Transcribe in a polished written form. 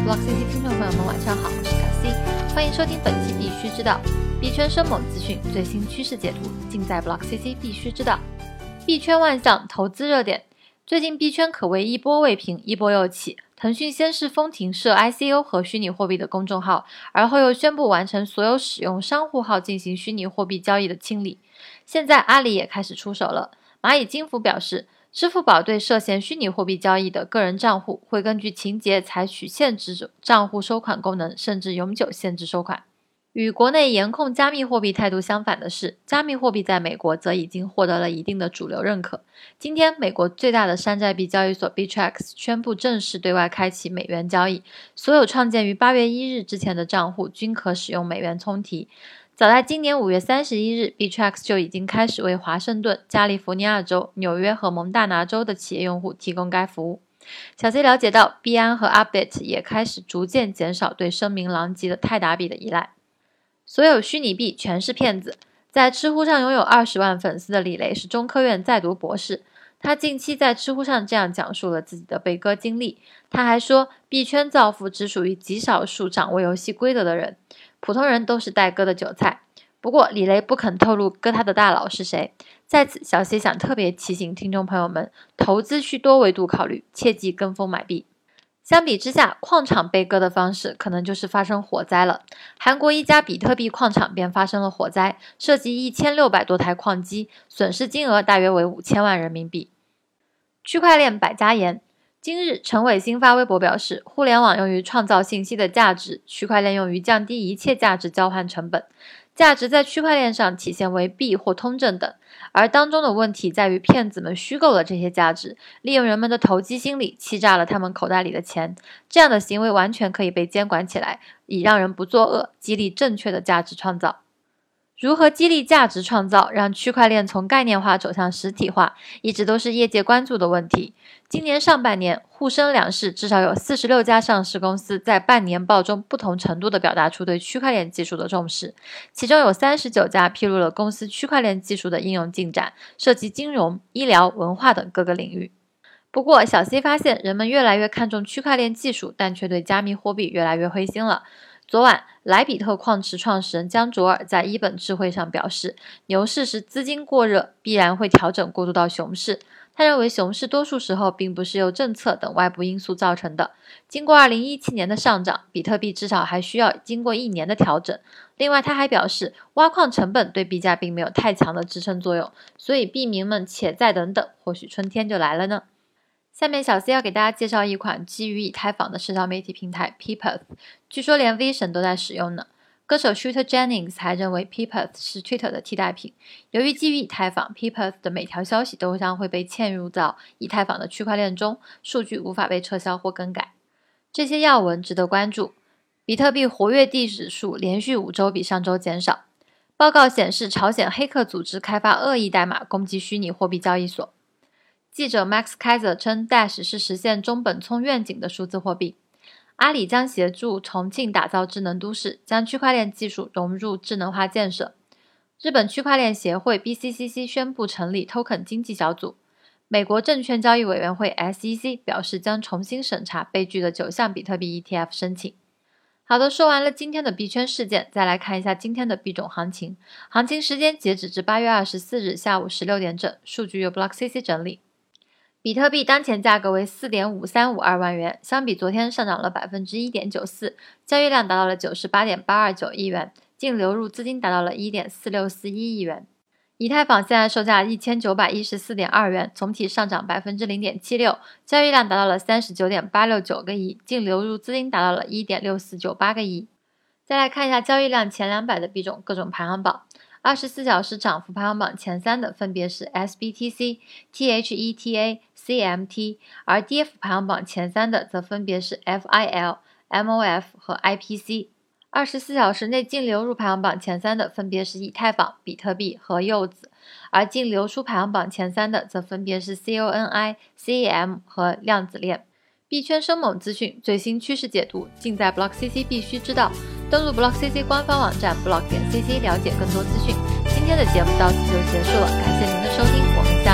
BlockCC 听众朋友们，晚上好，我是小 C， 欢迎收听本期必须知道币圈生猛资讯、最新趋势解读，尽在 BlockCC 必须知道。币圈万象投资热点，最近币圈可谓一波未平，一波又起。腾讯先是封停设 ICO 和虚拟货币的公众号，而后又宣布完成所有使用商户号进行虚拟货币交易的清理。现在阿里也开始出手了。蚂蚁金服表示，支付宝对涉嫌虚拟货币交易的个人账户会根据情节采取限制账户收款功能，甚至永久限制收款。与国内严控加密货币态度相反的是，加密货币在美国则已经获得了一定的主流认可。今天，美国最大的山寨币交易所 Bittrex 宣布正式对外开启美元交易，所有创建于8月1日之前的账户均可使用美元充提。早在今年5月31日 ，Bittrex 就已经开始为华盛顿、加利福尼亚州、纽约和蒙大拿州的企业用户提供该服务。小 C 了解到，币安和 Upbit 也开始逐渐减少对声名狼藉的泰达币的依赖。所有虚拟币全是骗子。在知乎上拥有20万粉丝的李雷是中科院在读博士，他近期在知乎上这样讲述了自己的被割经历。他还说，币圈造富只属于极少数掌握游戏规则的人，普通人都是待割的韭菜。不过李雷不肯透露割他的大佬是谁。在此，小 C 想特别提醒听众朋友们，投资需多维度考虑，切忌跟风买币。相比之下，矿场被割的方式可能就是发生火灾了。韩国一家比特币矿场便发生了火灾，涉及1600多台矿机，损失金额大约为5000万人民币。区块链百家言，今日陈伟新发微博表示，互联网用于创造信息的价值，区块链用于降低一切价值交换成本。价值在区块链上体现为币或通证等，而当中的问题在于骗子们虚构了这些价值，利用人们的投机心理欺诈了他们口袋里的钱。这样的行为完全可以被监管起来，以让人不作恶，激励正确的价值创造。如何激励价值创造，让区块链从概念化走向实体化，一直都是业界关注的问题。今年上半年，沪深两市至少有46家上市公司在半年报中不同程度地表达出对区块链技术的重视，其中有39家披露了公司区块链技术的应用进展，涉及金融、医疗、文化等各个领域。不过，小 C 发现人们越来越看重区块链技术，但却对加密货币越来越灰心了。昨晚，莱比特矿池创始人江卓尔在一本智慧上表示，牛市时资金过热，必然会调整过渡到熊市。他认为熊市多数时候并不是由政策等外部因素造成的。经过2017年的上涨，比特币至少还需要经过1年的调整。另外，他还表示，挖矿成本对币价并没有太强的支撑作用，所以币民们且再等等，或许春天就来了呢。下面小 C 要给大家介绍一款基于以太坊的社交媒体平台 Peepeth， 据说连 Vision 都在使用呢。歌手 Shooter Jennings 还认为 Peepeth 是 Twitter 的替代品。由于基于以太坊， Peepeth 的每条消息都将会被嵌入到以太坊的区块链中，数据无法被撤销或更改。这些要闻值得关注。比特币活跃地址数连续5周比上周减少。报告显示，朝鲜黑客组织开发恶意代码攻击虚拟货币交易所。记者 Max Kaiser 称 Dash 是实现中本聪愿景的数字货币。阿里将协助重庆打造智能都市，将区块链技术融入智能化建设。日本区块链协会 BCCC 宣布成立 Token 经济小组。美国证券交易委员会 SEC 表示将重新审查被拒的9项比特币 ETF 申请。好的，说完了今天的币圈事件，再来看一下今天的币种行情。行情时间截止至8月24日下午16点整，数据由 BlockCC 整理。比特币当前价格为 4.5352 万元，相比昨天上涨了 1.94%， 交易量达到了 98.829 亿元，净流入资金达到了 1.4641 亿元。以太坊现在售价 1914.2 元，总体上涨 0.76%， 交易量达到了 39.869 个亿，净流入资金达到了 1.6498 个亿。再来看一下交易量前200的币种各种排行榜。24小时涨幅排行榜前3的分别是 SBTC、THETA、CMT， 而跌幅排行榜前3的则分别是 FIL、MOF 和 IPC。24小时内净流入排行榜前3的分别是以太坊、比特币和柚子，而净流出排行榜前3的则分别是 CONI、CEM 和量子链。币圈生猛资讯、最新趋势解读，尽在 BlockCC 必须知道。登录 BlockCC 官方网站 block.cc 了解更多资讯。今天的节目到此就结束了，感谢您的收听，我们下